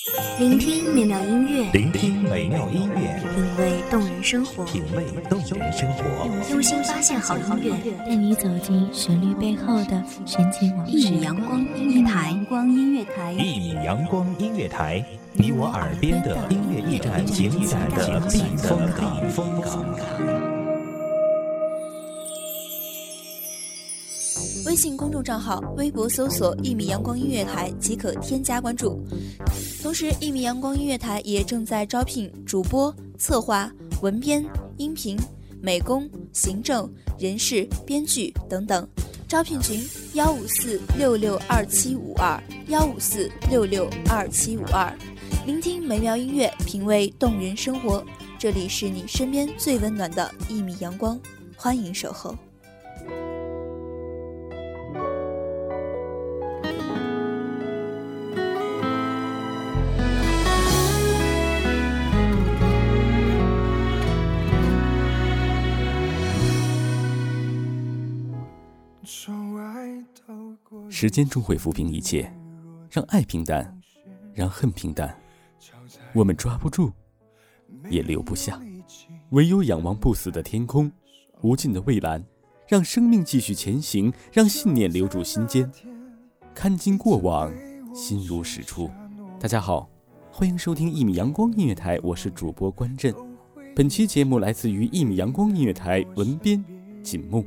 聆听美妙音乐， 聆听美妙音乐， 品味动人生活， 品味动人生活， 用心发现好音乐， 带你走进旋律背后的深情往事。 一米阳光音乐台， 一米阳光音乐台，你我耳边的音乐驿站，情感的避风港。 微信公众账号、微博搜索“一米阳光音乐台”即可添加关注。同时，一米阳光音乐台也正在招聘主播、策划、文编、音频、美工、行政、人事、编剧等等。招聘群154662752，154662752。聆听美妙音乐，品味动人生活。这里是你身边最温暖的一米阳光，欢迎守候。 时间终会抚平一切，让爱平淡，让恨平淡。我们抓不住，也留不下，唯有仰望不死的天空，无尽的蔚蓝，让生命继续前行，让信念留住心间。看尽过往，心如始初。大家好，欢迎收听一米阳光音乐台，我是主播关震。本期节目来自于一米阳光音乐台，文编锦木。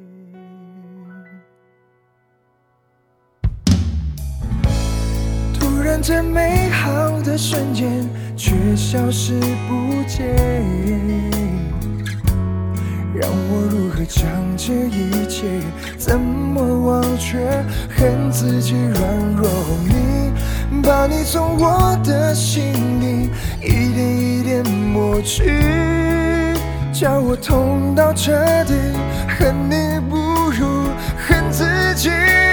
这美好的瞬间却消失不见，让我如何将这一切怎么忘却，恨自己软弱无力，把你从我的心里一点一点抹去，叫我痛到彻底，恨你不如恨自己。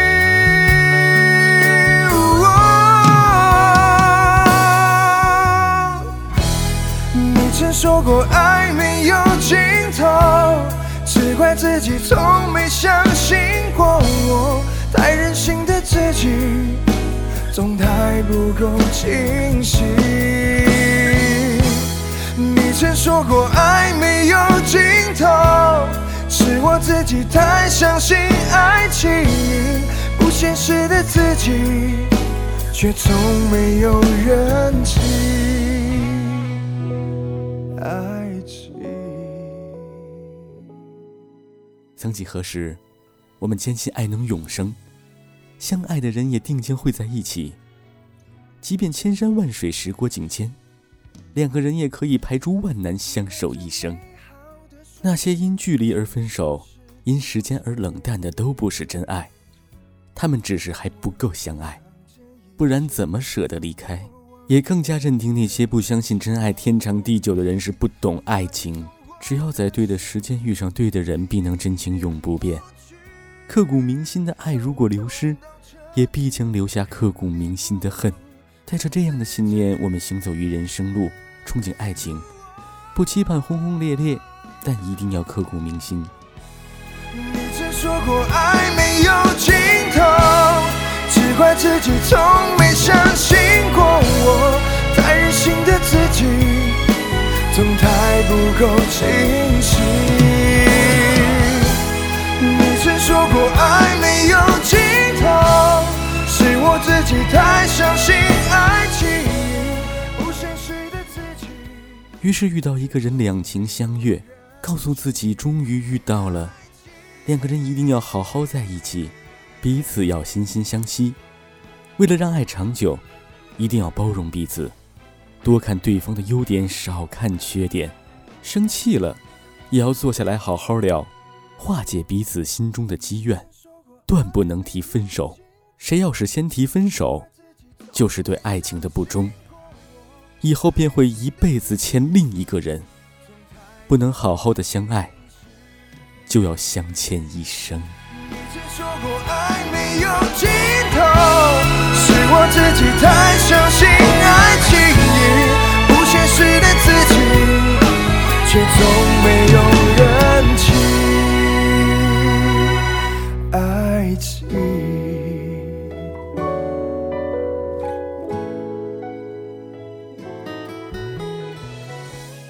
说过爱没有尽头，只怪自己从没相信过我，太任性的自己总太不够清醒。你曾说过爱没有尽头，是我自己太相信爱情，不现实的自己却从没有认清爱情。 曾几何时，我们坚信爱能永生，相爱的人也定将会在一起，即便千山万水时过境迁，两个人也可以排除万难相守一生。那些因距离而分手，因时间而冷淡的都不是真爱，他们只是还不够相爱，不然怎么舍得离开？也更加认定那些不相信真爱天长地久的人是不懂爱情，只要在对的时间遇上对的人，必能真情永不变。刻骨铭心的爱如果流失，也必将留下刻骨铭心的恨。带着这样的信念，我们行走于人生路，憧憬爱情，不期盼轰轰烈烈，但一定要刻骨铭心。 你曾说过爱没有尽头，只怪自己从没相信过我，太任性的自己总太不够清醒。你曾说过爱没有尽头，是我自己太相信爱情，不现实的自己。 于是遇到一个人，两情相悦，告诉自己终于遇到了，两个人一定要好好在一起，彼此要心心相惜。为了让爱长久，一定要包容彼此，多看对方的优点，少看缺点。生气了也要坐下来好好聊，化解彼此心中的积怨，断不能提分手。谁要是先提分手，就是对爱情的不忠，以后便会一辈子欠另一个人。不能好好的相爱，就要相欠一生。 你曾说过爱没有尽头，是我自己太相信爱情，不现实的自己却从没有认清爱情。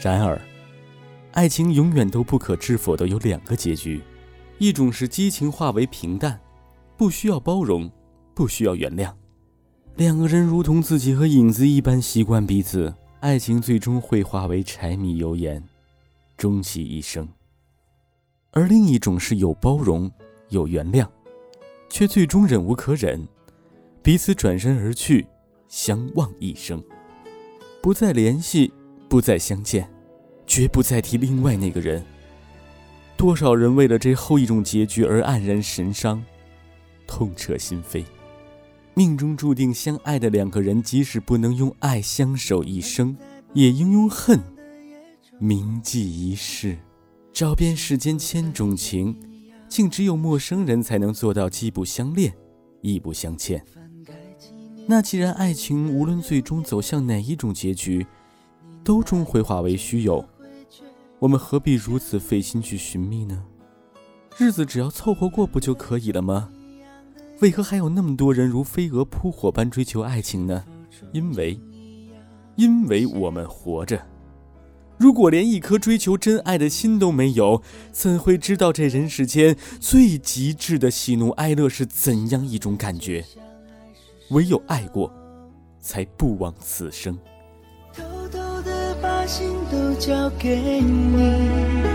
然而，爱情永远都不可置否的有2个结局，一种是激情化为平淡，不需要包容，不需要原谅，2个人如同自己和影子一般习惯彼此，爱情最终会化为柴米油盐，终其一生。而另一种是有包容，有原谅，却最终忍无可忍，彼此转身而去，相忘一生，不再联系，不再相见，绝不再提另外那个人。多少人为了这后一种结局而黯然神伤，痛彻心扉。命中注定相爱的2个人，即使不能用爱相守一生，也应用恨铭记一世。找遍世间千种情，竟只有陌生人才能做到既不相恋，亦不相欠。那既然爱情无论最终走向哪一种结局，都终会化为虚有，我们何必如此费心去寻觅呢？日子只要凑合过不就可以了吗？为何还有那么多人如飞蛾扑火般追求爱情呢？因为我们活着。如果连一颗追求真爱的心都没有，怎会知道这人世间最极致的喜怒哀乐是怎样一种感觉？唯有爱过，才不枉此生。 偷偷地把心都交给你，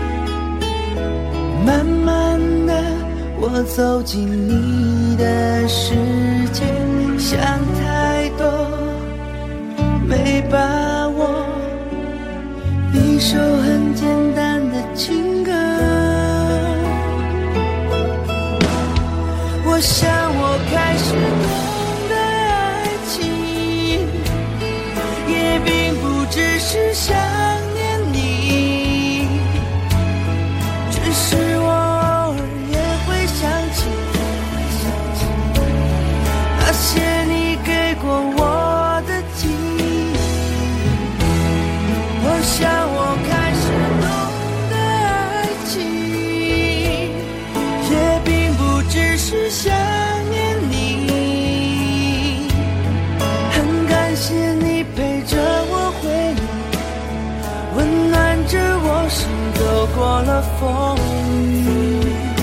慢慢的我走进你的世界，想太多没把握，一首很简单的情歌。我想我开始懂得爱情，也并不只是想念你，只是我偶尔也会想起那些你给过我的记忆。我想我开始懂得爱情，也并不只是想念你，很感谢你陪着我回忆，温暖着我心，走过了风雨，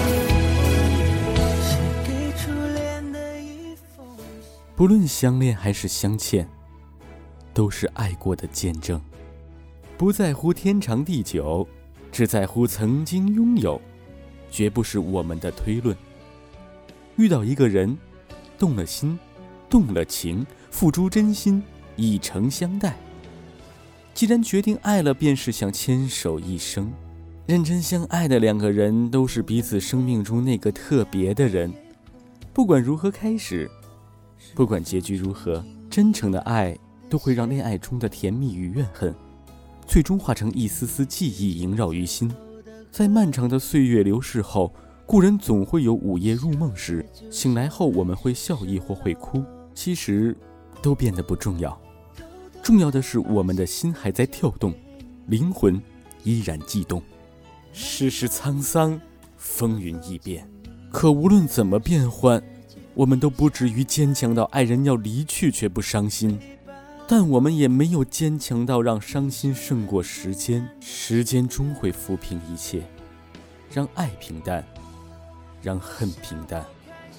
写给初恋的一封信。 不论相恋还是相欠，都是爱过的见证。不在乎天长地久，只在乎曾经拥有，绝不是我们的推论。遇到一个人，动了心，动了情，付出真心，以诚相待。既然决定爱了，便是想牵手一生。认真相爱的2个人，都是彼此生命中那个特别的人。不管如何开始，不管结局如何，真诚的爱都会让恋爱中的甜蜜与怨恨最终化成一丝丝记忆萦绕于心。在漫长的岁月流逝后，故人总会有午夜入梦时，醒来后我们会笑意或会哭，其实都变得不重要。重要的是我们的心还在跳动，灵魂依然悸动。世事沧桑，风云易变，可无论怎么变换，我们都不至于坚强到爱人要离去却不伤心，但我们也没有坚强到让伤心胜过时间。时间终会抚平一切，让爱平淡，让恨平淡。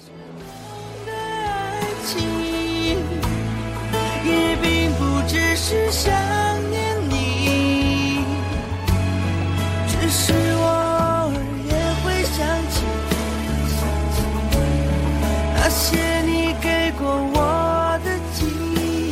爱情也并不只是想念你，只是我偶尔也会想起那些你给过我的记忆。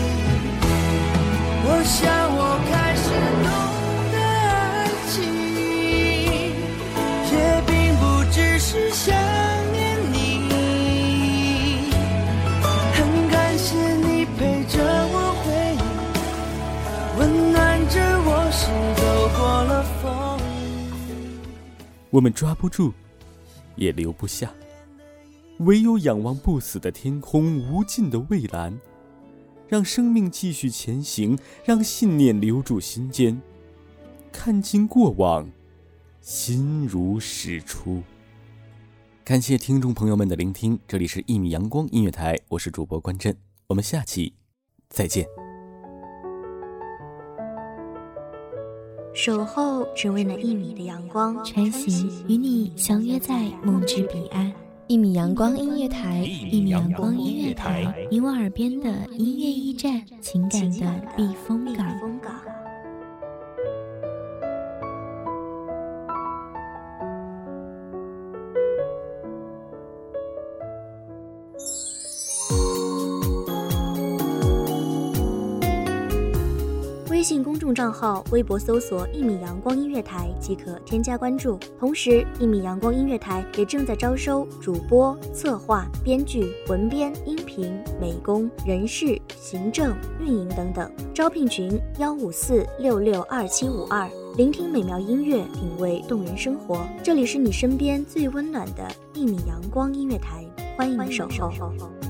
我想我开始懂得爱情，也并不只是想念你，很感谢你陪着我回忆，温暖着我心，走过了风雨。 我们抓不住，也留不下，唯有仰望不死的天空，无尽的蔚蓝，让生命继续前行，让信念留住心间，看尽过往，心如始初。感谢听众朋友们的聆听，这里是1米阳光音乐台，我是主播关震，我们下期再见。 守候只为那1米的阳光， 穿行与你相约在梦之彼岸。1米阳光音乐台，1米阳光音乐台，你我耳边的音乐驿站，情感的避风港。 微信公众账号、微博搜索1米阳光音乐台即可添加关注。同时，1米阳光音乐台也正在招收主播、策划、编剧、文编、音频、美工、人事、行政、运营等等。招聘群154662752。聆听美妙音乐，品味动人生活。这里是你身边最温暖的1米阳光音乐台，欢迎你守候。